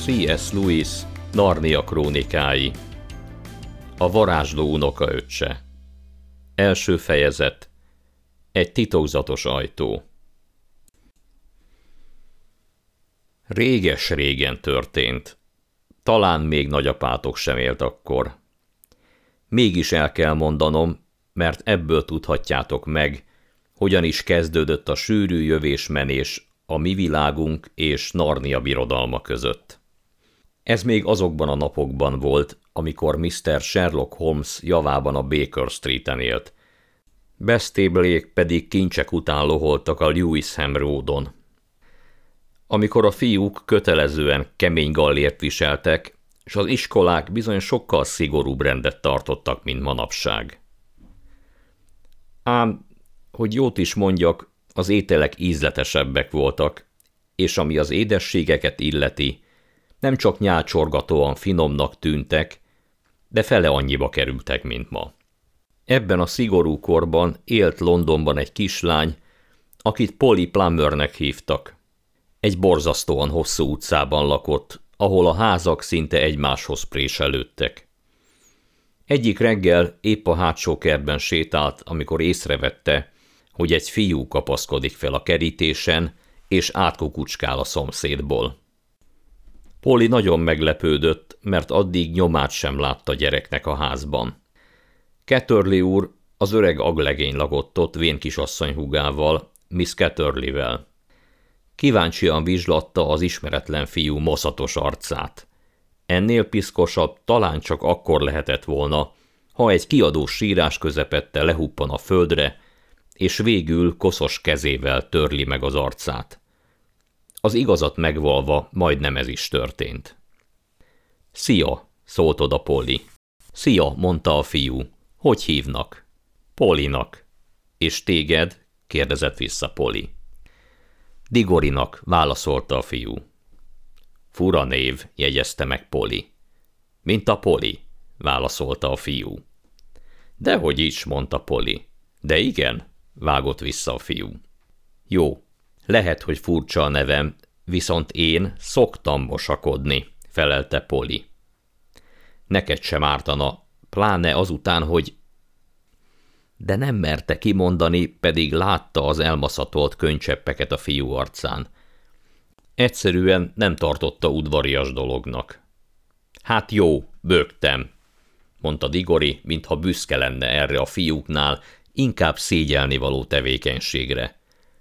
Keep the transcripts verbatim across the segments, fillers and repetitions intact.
cé es. Lewis Narnia krónikái. A varázsló unokaöccse. Első fejezet. Egy titokzatos ajtó. Réges-régen történt. Talán még nagyapátok sem élt akkor. Mégis el kell mondanom, mert ebből tudhatjátok meg, hogyan is kezdődött a sűrű jövésmenés a mi világunk és Narnia birodalma között. Ez még azokban a napokban volt, amikor miszter Sherlock Holmes javában a Baker Streeten élt. Bastablék pedig kincsek után loholtak a Lewisham Roadon. Amikor a fiúk kötelezően kemény gallért viseltek, és az iskolák bizony sokkal szigorúbb rendet tartottak, mint manapság. Ám, hogy jót is mondjak, az ételek ízletesebbek voltak, és ami az édességeket illeti, nem csak nyálcsorgatóan finomnak tűntek, de fele annyiba kerültek, mint ma. Ebben a szigorú korban élt Londonban egy kislány, akit Polly Plummernek hívtak. Egy borzasztóan hosszú utcában lakott, ahol a házak szinte egymáshoz préselődtek. Egyik reggel épp a hátsó kertben sétált, amikor észrevette, hogy egy fiú kapaszkodik fel a kerítésen, és átkukucskál a szomszédból. Polly nagyon meglepődött, mert addig nyomát sem látta gyereknek a házban. Catterley úr, az öreg aglegény lakott ott vén kisasszony húgával, Miss Catterleyvel. Kíváncsian vizslatta az ismeretlen fiú moszatos arcát. Ennél piszkosabb talán csak akkor lehetett volna, ha egy kiadós sírás közepette lehuppan a földre, és végül koszos kezével törli meg az arcát. Az igazat megvalva majdnem ez is történt. Szia, szólt oda Polly. Szia, mondta a fiú. Hogy hívnak? Pollynak. És téged? kérdezett vissza Polly. Diggorynak, válaszolta a fiú. Fura név, jegyezte meg Polly. Mint a Polly, válaszolta a fiú. Dehogy is, mondta Polly. De igen, vágott vissza a fiú. Jó, lehet, hogy furcsa a nevem, viszont én szoktam mosakodni, felelte Polly. Neked sem ártana, pláne azután, hogy... De nem merte kimondani, pedig látta az elmaszatolt könycseppeket a fiú arcán. Egyszerűen nem tartotta udvarias dolognak. Hát jó, bögtem, mondta Diggory, mintha büszke lenne erre a fiúknál, inkább szégyelnivaló tevékenységre.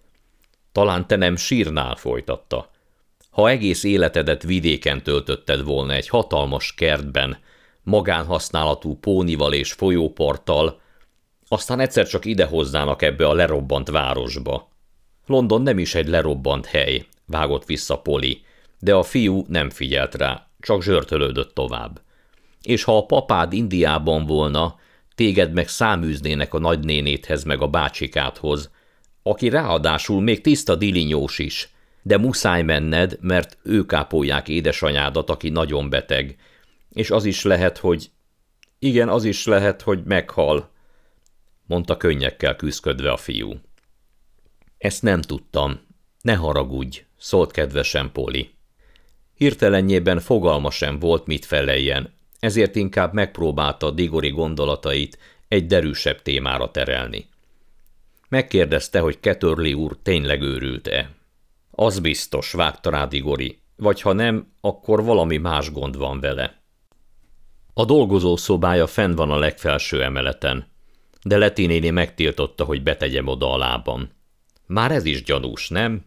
Talán te nem sírnál, folytatta. Ha egész életedet vidéken töltötted volna egy hatalmas kertben, magánhasználatú pónival és folyóparttal, aztán egyszer csak idehoznának ebbe a lerobbant városba. London nem is egy lerobbant hely, vágott vissza Polly, de a fiú nem figyelt rá, csak zsörtölődött tovább. És ha a papád Indiában volna, téged meg száműznének a nagynénéthez meg a bácsikádhoz, aki ráadásul még tiszta dilinyós is, de muszáj menned, mert ők ápolják édesanyádat, aki nagyon beteg, és az is lehet, hogy... Igen, az is lehet, hogy meghal, mondta könnyekkel küszködve a fiú. Ezt nem tudtam. Ne haragudj, szólt kedvesen Polly. Hirtelenjében fogalma sem volt, mit feleljen, ezért inkább megpróbálta Diggory gondolatait egy derűsebb témára terelni. Megkérdezte, hogy Catterley úr tényleg őrült-e. Az biztos, vágta rá Diggory, vagy ha nem, akkor valami más gond van vele. A dolgozószobája fenn van a legfelső emeleten, de Leti néni megtiltotta, hogy betegyem oda a lábam. Már ez is gyanús, nem?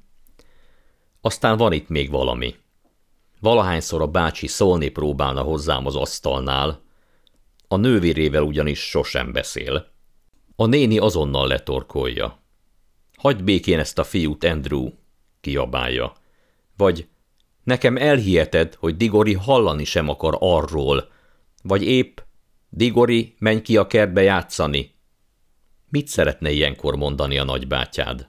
Aztán van itt még valami. Valahányszor a bácsi szólni próbálna hozzám az asztalnál, a nővérével ugyanis sosem beszél. A néni azonnal letorkolja. Hagyd békén ezt a fiút, Andrew, kiabálja. Vagy nekem elhiheted, hogy Diggory hallani sem akar arról, vagy épp Diggory, menj ki a kertbe játszani. Mit szeretne ilyenkor mondani a nagybátyád?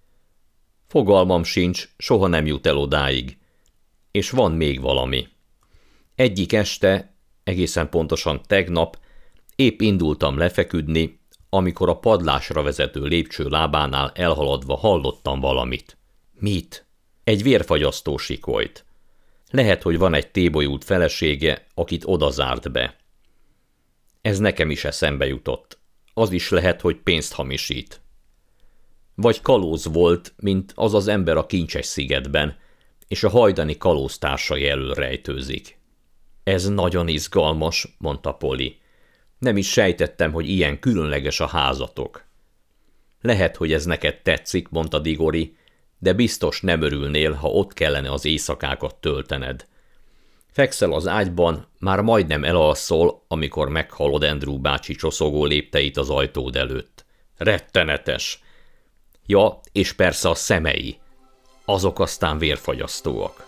Fogalmam sincs, soha nem jut el odáig. És van még valami. Egyik este, egészen pontosan tegnap, épp indultam lefeküdni, amikor a padlásra vezető lépcső lábánál elhaladva hallottam valamit. Mit? Egy vérfagyasztó sikolyt. Lehet, hogy van egy tébolyult felesége, akit oda zárt be. Ez nekem is eszembe jutott. Az is lehet, hogy pénzt hamisít. Vagy kalóz volt, mint az az ember a Kincses szigetben, és a hajdani kalóztársai elől rejtőzik. Ez nagyon izgalmas, mondta Polly. Nem is sejtettem, hogy ilyen különleges a házatok. Lehet, hogy ez neked tetszik, mondta Diggory, de biztos nem örülnél, ha ott kellene az éjszakákat töltened. Fekszel az ágyban, már majdnem elalszol, amikor meghallod Andrew bácsi csoszogó lépteit az ajtód előtt. Rettenetes! Ja, és persze a szemei. Azok aztán vérfagyasztóak.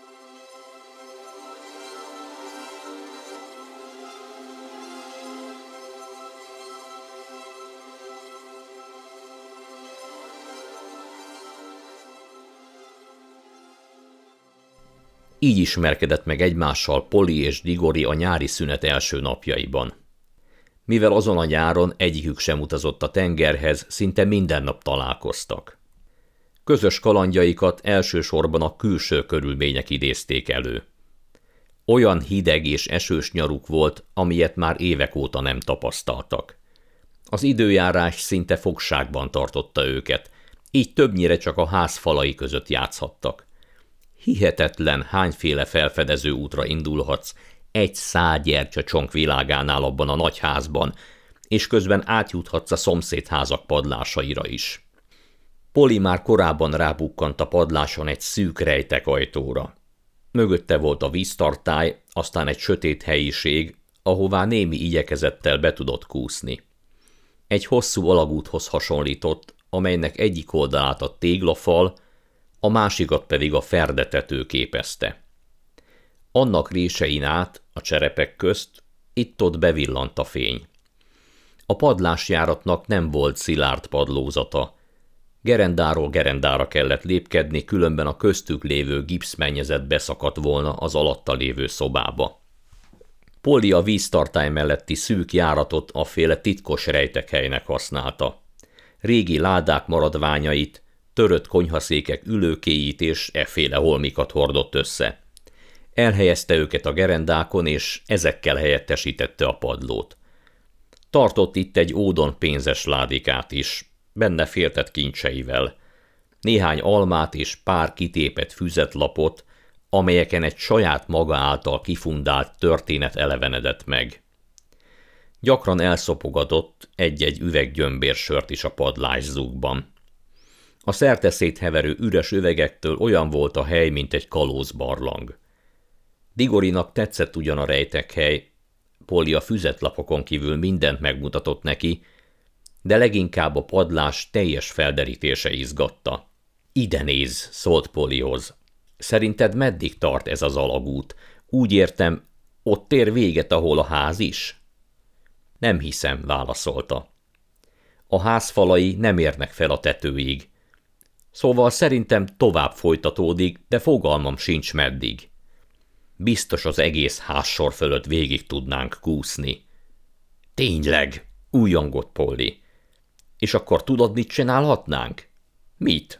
Így ismerkedett meg egymással Polly és Diggory a nyári szünet első napjaiban. Mivel azon a nyáron egyikük sem utazott a tengerhez, szinte minden nap találkoztak. Közös kalandjaikat elsősorban a külső körülmények idézték elő. Olyan hideg és esős nyaruk volt, amilyet már évek óta nem tapasztaltak. Az időjárás szinte fogságban tartotta őket, így többnyire csak a ház falai között játszhattak. Hihetetlen, hányféle felfedező útra indulhatsz egy szál gyertyacsonk világánál abban a nagy házban, és közben átjuthatsz a szomszédházak padlásaira is. Polly már korábban rábukkant a padláson egy szűk rejtek ajtóra. Mögötte volt a víztartály, aztán egy sötét helyiség, ahová némi igyekezettel be tudott kúszni. Egy hosszú alagúthoz hasonlított, amelynek egyik oldalát a téglafal, a másikat pedig a ferdetető képezte. Annak résein át, a cserepek közt, itt-ott bevillant a fény. A padlásjáratnak nem volt szilárd padlózata. Gerendáról gerendára kellett lépkedni, különben a köztük lévő gipszmennyezet beszakadt volna az alatta lévő szobába. Polly a víztartály melletti szűk járatot afféle titkos rejtekhelynek használta. Régi ládák maradványait, törött konyhaszékek ülőkéit és efféle holmikat hordott össze. Elhelyezte őket a gerendákon, és ezekkel helyettesítette a padlót. Tartott itt egy ódon pénzes ládikát is, benne féltett kincseivel, néhány almát és pár kitépett füzetlapot, amelyeken egy saját maga által kifundált történet elevenedett meg. Gyakran elszopogatott egy-egy üveg gyömbérsört is a padlásszúgban. A szerteszétheverő üres üvegektől olyan volt a hely, mint egy kalózbarlang. Diggorynak tetszett ugyan a rejtekhely, Polly a füzetlapokon kívül mindent megmutatott neki, de leginkább a padlás teljes felderítése izgatta. Ide néz, szólt Pollyhoz. Szerinted meddig tart ez az alagút? Úgy értem, ott ér véget, ahol a ház is? Nem hiszem, válaszolta. A ház falai nem érnek fel a tetőig. Szóval szerintem tovább folytatódik, de fogalmam sincs meddig. Biztos az egész házsor fölött végig tudnánk kúszni. Tényleg, újongott Polly. És akkor tudod, mit csinálhatnánk? Mit?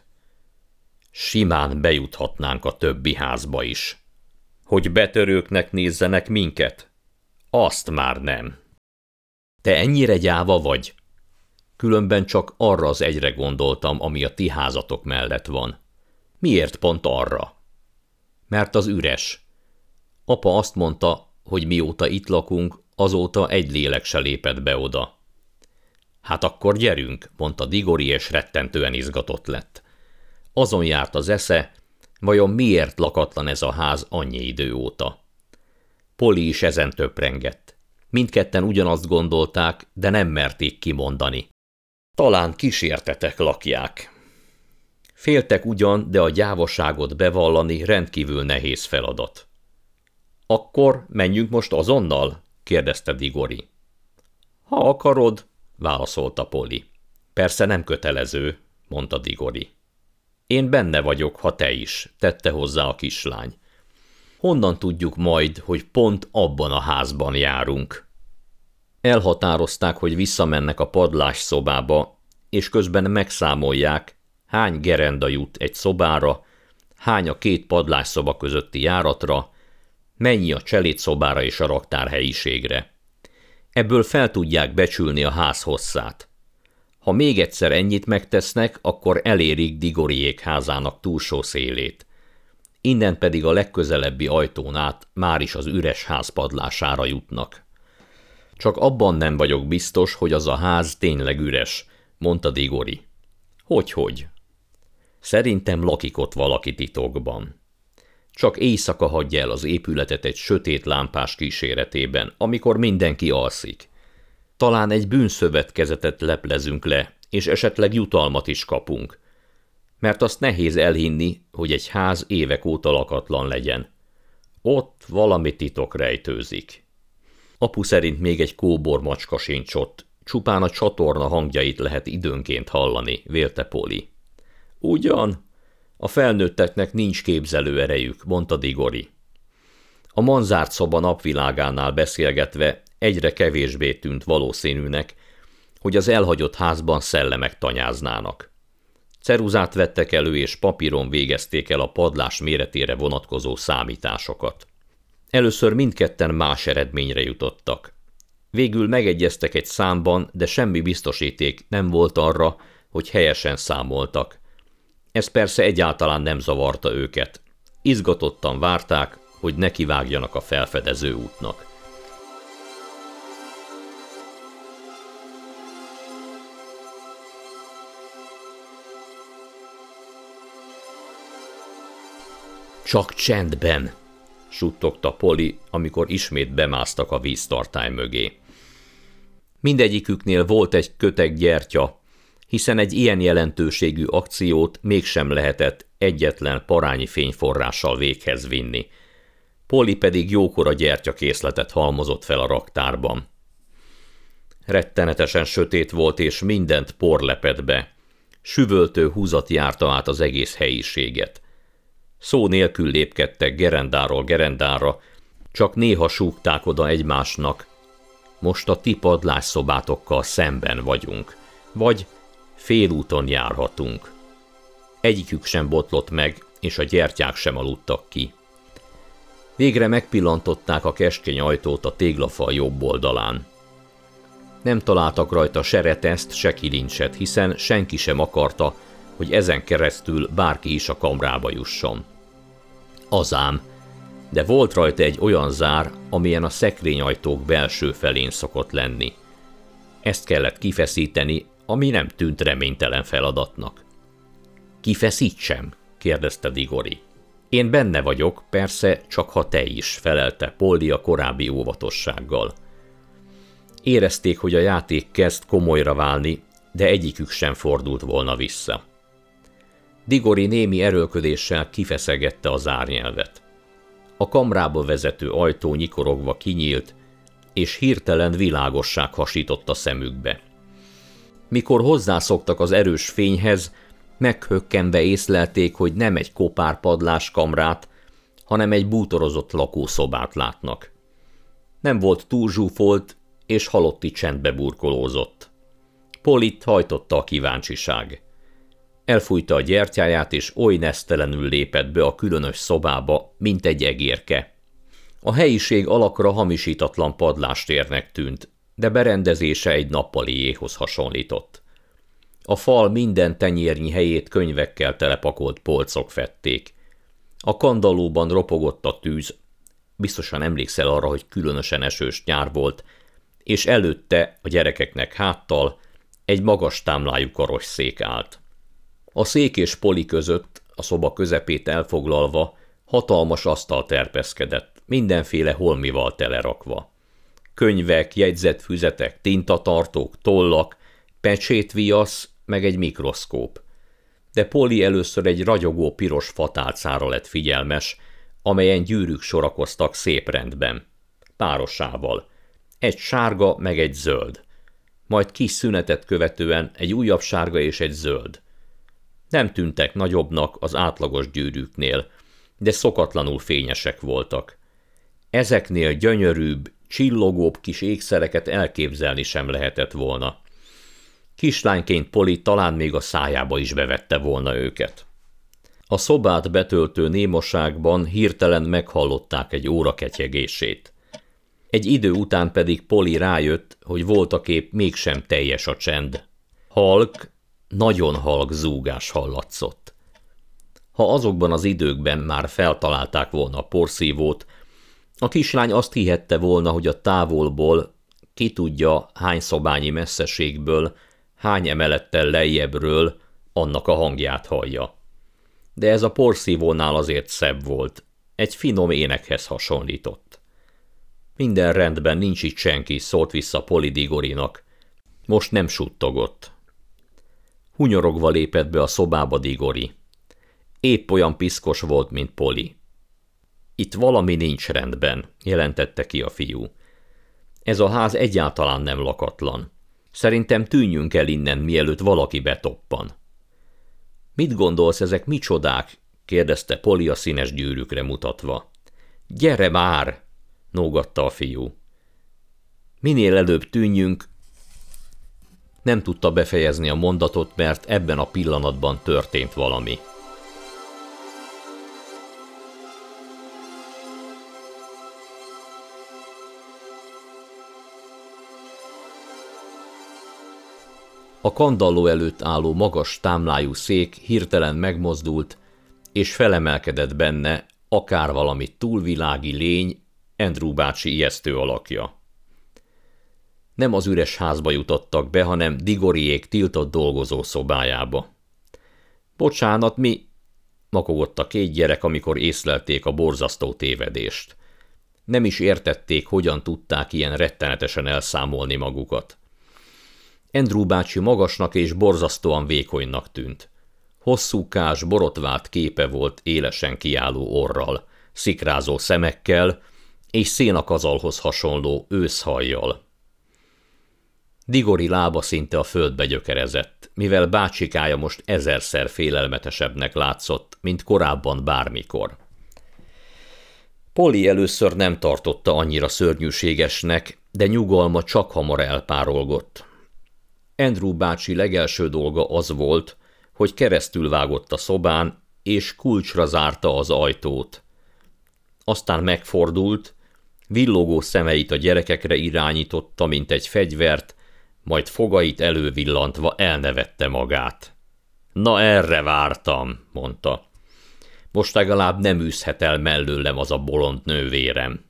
Simán bejuthatnánk a többi házba is. Hogy betörőknek nézzenek minket? Azt már nem. Te ennyire gyáva vagy? Különben csak arra az egyre gondoltam, ami a ti házatok mellett van. Miért pont arra? Mert az üres. Apa azt mondta, hogy mióta itt lakunk, azóta egy lélek se lépett be oda. Hát akkor gyerünk, mondta Diggory, és rettentően izgatott lett. Azon járt az esze, vajon miért lakatlan ez a ház annyi idő óta. Polly is ezen töprengett. Mindketten ugyanazt gondolták, de nem merték kimondani. Talán kísértetek lakják. Féltek ugyan, de a gyávaságot bevallani rendkívül nehéz feladat. Akkor menjünk most azonnal? kérdezte Diggory. Ha akarod, válaszolta Polly. Persze nem kötelező, mondta Diggory. Én benne vagyok, ha te is, tette hozzá a kislány. Honnan tudjuk majd, hogy pont abban a házban járunk? Elhatározták, hogy visszamennek a padlás szobába, és közben megszámolják, hány gerenda jut egy szobára, hány a két padlásszoba közötti járatra, mennyi a cselédszobára és a raktárhelyiségre. Ebből fel tudják becsülni a ház hosszát. Ha még egyszer ennyit megtesznek, akkor elérik Diggoryék házának túlsó szélét. Innen pedig a legközelebbi ajtón át máris az üres ház padlására jutnak. Csak abban nem vagyok biztos, hogy az a ház tényleg üres, mondta Diggory. Hogyhogy? Szerintem lakik ott valaki titokban. Csak éjszaka hagyja el az épületet egy sötét lámpás kíséretében, amikor mindenki alszik. Talán egy bűnszövetkezetet leplezünk le, és esetleg jutalmat is kapunk. Mert azt nehéz elhinni, hogy egy ház évek óta lakatlan legyen. Ott valami titok rejtőzik. Apu szerint még egy kóbor macska sincs ott, csupán a csatorna hangjait lehet időnként hallani, vélte Polly. Ugyan? A felnőtteknek nincs képzelő erejük, mondta Diggory. A manzárt szoba napvilágánál beszélgetve egyre kevésbé tűnt valószínűnek, hogy az elhagyott házban szellemek tanyáznának. Ceruzát vettek elő, és papíron végezték el a padlás méretére vonatkozó számításokat. Először mindketten más eredményre jutottak. Végül megegyeztek egy számban, de semmi biztosíték nem volt arra, hogy helyesen számoltak. Ez persze egyáltalán nem zavarta őket. Izgatottan várták, hogy nekivágjanak a felfedező útnak. Csak csendben, suttogta Polly, amikor ismét bemásztak a víztartály mögé. Mindegyiküknél volt egy köteg gyertya, hiszen egy ilyen jelentőségű akciót mégsem lehetett egyetlen parányi fényforrással véghez vinni. Polly pedig jókora gyertyakészletet halmozott fel a raktárban. Rettenetesen sötét volt, és mindent por lepett be. Süvöltő húzat járta át az egész helyiséget. Szó nélkül lépkedtek gerendáról gerendára, csak néha súgták oda egymásnak. Most a ti padlásszobátokkal szemben vagyunk, vagy félúton járhatunk. Egyikük sem botlott meg, és a gyertyák sem aludtak ki. Végre megpillantották a keskeny ajtót a téglafal jobb oldalán. Nem találtak rajta se reteszt, se kilincset, hiszen senki sem akarta, hogy ezen keresztül bárki is a kamrába jusson. Azám, de volt rajta egy olyan zár, amilyen a szekrényajtók belső felén szokott lenni. Ezt kellett kifeszíteni, ami nem tűnt reménytelen feladatnak. Kifeszítsem? kérdezte Diggory. Én benne vagyok, persze, csak ha te is, felelte Polly a korábbi óvatossággal. Érezték, hogy a játék kezd komolyra válni, de egyikük sem fordult volna vissza. Diggory némi erőlködéssel kifeszegette az árnyelvet. A kamrába vezető ajtó nyikorogva kinyílt, és hirtelen világosság hasított a szemükbe. Mikor hozzászoktak az erős fényhez, meghökkenve észlelték, hogy nem egy kopár padlás kamrát, hanem egy bútorozott lakószobát látnak. Nem volt túl zsúfolt, és halotti csendbe burkolózott. Pollyt hajtotta a kíváncsiság. Elfújta a gyertyáját, és oly nesztelenül lépett be a különös szobába, mint egy egérke. A helyiség alakra hamisítatlan padlástérnek tűnt, de berendezése egy nappaliéhoz hasonlított. A fal minden tenyérnyi helyét könyvekkel telepakolt polcok fedték. A kandallóban ropogott a tűz, biztosan emlékszel arra, hogy különösen esős nyár volt, és előtte a gyerekeknek háttal egy magas támlájú karosszék állt. A szék és Polly között, a szoba közepét elfoglalva, hatalmas asztal terpeszkedett, mindenféle holmival telerakva. Könyvek, jegyzetfüzetek, tintatartók, tollak, pecsétviasz, meg egy mikroszkóp. De Polly először egy ragyogó piros fatálcára lett figyelmes, amelyen gyűrűk sorakoztak szép rendben, párosával. Egy sárga, meg egy zöld. Majd kis szünetet követően egy újabb sárga és egy zöld. Nem tűntek nagyobbnak az átlagos gyűrűknél, de szokatlanul fényesek voltak. Ezeknél gyönyörűbb, csillogóbb kis ékszereket elképzelni sem lehetett volna. Kislányként Polly talán még a szájába is bevette volna őket. A szobát betöltő némaságban hirtelen meghallották egy óra ketyegését. Egy idő után pedig Polly rájött, hogy voltaképp mégsem teljes a csend. Halk, nagyon halk zúgás hallatszott. Ha azokban az időkben már feltalálták volna a porszívót, a kislány azt hihette volna, hogy a távolból, ki tudja hány szobányi messzeségből, hány emelettel lejjebbről annak a hangját hallja. De ez a porszívónál azért szebb volt, egy finom énekhez hasonlított. Minden rendben, nincs itt senki, szólt vissza Polly Diggorynak. Most nem suttogott. Hunyorogva lépett be a szobába Diggory. Épp olyan piszkos volt, mint Polly. Itt valami nincs rendben, jelentette ki a fiú. Ez a ház egyáltalán nem lakatlan. Szerintem tűnjünk el innen, mielőtt valaki betoppan. Mit gondolsz, ezek micsodák? Kérdezte Polly a színes gyűrűkre mutatva. Gyere már! Nógatta a fiú. Minél előbb tűnjünk. Nem tudta befejezni a mondatot, mert ebben a pillanatban történt valami. A kandalló előtt álló magas támlájú szék hirtelen megmozdult, és felemelkedett benne akár valami túlvilági lény, Andrew bácsi ijesztő alakja. Nem az üres házba jutottak be, hanem Diggoryék tiltott dolgozó szobájába. Bocsánat, mi... makogott a két gyerek, amikor észlelték a borzasztó tévedést. Nem is értették, hogyan tudták ilyen rettenetesen elszámolni magukat. Andrew bácsi magasnak és borzasztóan vékonynak tűnt. Hosszúkás, borotvált képe volt élesen kiálló orral, szikrázó szemekkel és szénakazalhoz hasonló őszhajjal. Diggory lába szinte a földbe gyökerezett, mivel bácsikája most ezerszer félelmetesebbnek látszott, mint korábban bármikor. Polly először nem tartotta annyira szörnyűségesnek, de nyugalma csak hamar elpárolgott. Andrew bácsi legelső dolga az volt, hogy keresztülvágott a szobán, és kulcsra zárta az ajtót. Aztán megfordult, villogó szemeit a gyerekekre irányította, mint egy fegyvert, majd fogait elővillantva elnevette magát. Na erre vártam, mondta. Most legalább nem űzhet el mellőlem az a bolond nővérem.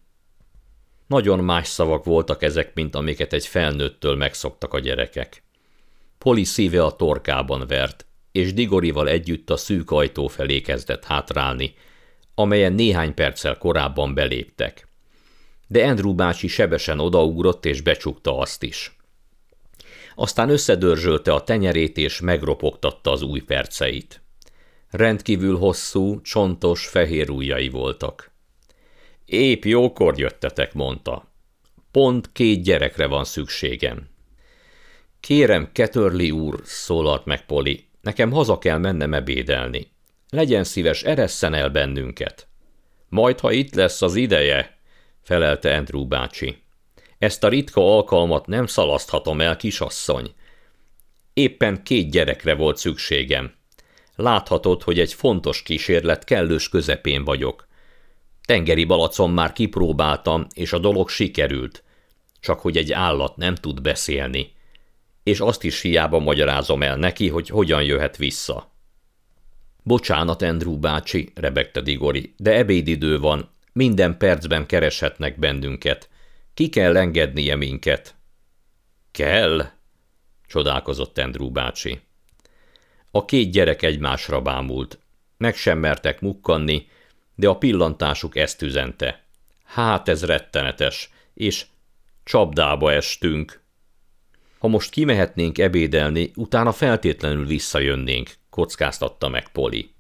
Nagyon más szavak voltak ezek, mint amiket egy felnőttől megszoktak a gyerekek. Polly szíve a torkában vert, és Diggoryval együtt a szűk ajtó felé kezdett hátrálni, amelyen néhány perccel korábban beléptek. De Andrew bácsi sebesen odaugrott és becsukta azt is. Aztán összedörzsölte a tenyerét és megropogtatta az új perceit. Rendkívül hosszú, csontos, fehér ujjai voltak. Épp jókor jöttetek, mondta. Pont két gyerekre van szükségem. Kérem, Ketterly úr, szólalt meg Polly, nekem haza kell mennem ebédelni. Legyen szíves, eresszen el bennünket. Majd, ha itt lesz az ideje, felelte Andrew bácsi. Ezt a ritka alkalmat nem szalaszthatom el, kisasszony. Éppen két gyerekre volt szükségem. Láthatod, hogy egy fontos kísérlet kellős közepén vagyok. Tengeri balacon már kipróbáltam, és a dolog sikerült. Csak hogy egy állat nem tud beszélni. És azt is hiába magyarázom el neki, hogy hogyan jöhet vissza. Bocsánat, Andrew bácsi, rebegte Diggory, de ebédidő van, minden percben kereshetnek bennünket. Ki kell engednie minket. Kell? Csodálkozott Andrew bácsi. A két gyerek egymásra bámult. Meg sem mertek mukkanni, de a pillantásuk ezt üzente. Hát ez rettenetes, és csapdába estünk. Ha most kimehetnénk ebédelni, utána feltétlenül visszajönnénk, kockáztatta meg Polly.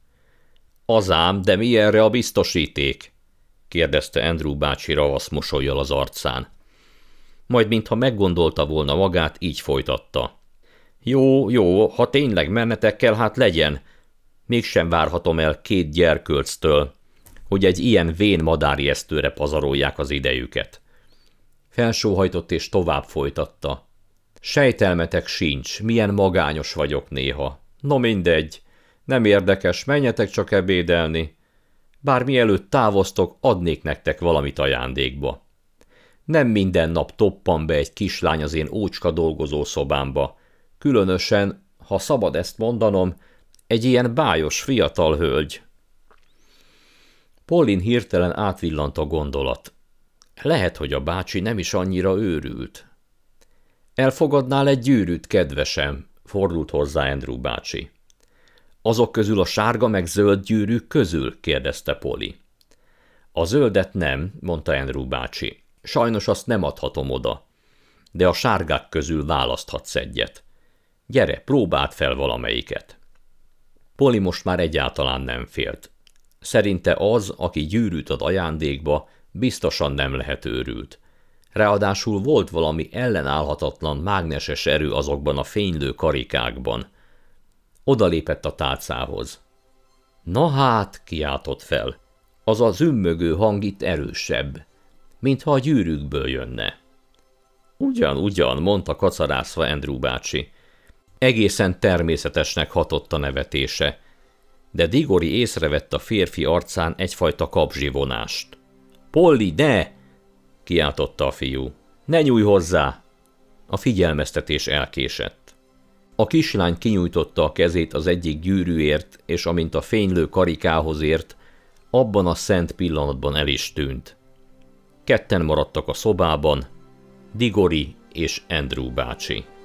Azám, de mi erre a biztosíték? kérdezte Andrew bácsi ravasz mosollyal az arcán. Majd mintha meggondolta volna magát, így folytatta. Jó, jó, ha tényleg mennetek kell, hát legyen. Mégsem várhatom el két gyerkőctől, hogy egy ilyen vén madárijesztőre pazarolják az idejüket. Felsóhajtott és tovább folytatta. Sejtelmetek sincs, milyen magányos vagyok néha. No mindegy, Nem érdekes, menjetek csak ebédelni. Bár mielőtt távoztok, adnék nektek valamit ajándékba. Nem minden nap toppan be egy kislány az én ócska dolgozó szobámba, különösen, ha szabad ezt mondanom, egy ilyen bájos fiatal hölgy. Pauline hirtelen átvillant a gondolat. Lehet, hogy a bácsi nem is annyira őrült. Elfogadnál egy gyűrűt, kedvesem? Fordult hozzá Andrew bácsi. Azok közül a sárga meg zöld gyűrűk közül? Kérdezte Polly. A zöldet nem, mondta Andrew bácsi. Sajnos azt nem adhatom oda. De a sárgák közül választhatsz egyet. Gyere, próbáld fel valamelyiket. Polly most már egyáltalán nem félt. Szerinte az, aki gyűrűt ad ajándékba, biztosan nem lehet őrült. Ráadásul volt valami ellenállhatatlan mágneses erő azokban a fénylő karikákban. Odalépett a tálcához. Na hát, kiáltott fel, az a zümmögő hang itt erősebb, mintha a gyűrűkből jönne. Ugyan, ugyan, mondta kacarászva Andrew bácsi. Egészen természetesnek hatott a nevetése, de Diggory észrevett a férfi arcán egyfajta kapzsivonást. Polly, ne! Kiáltotta a fiú. Ne nyújj hozzá! A figyelmeztetés elkésett. A kislány kinyújtotta a kezét az egyik gyűrűért, és amint a fénylő karikához ért, abban a szent pillanatban el is tűnt. Ketten maradtak a szobában, Diggory és Andrew bácsi.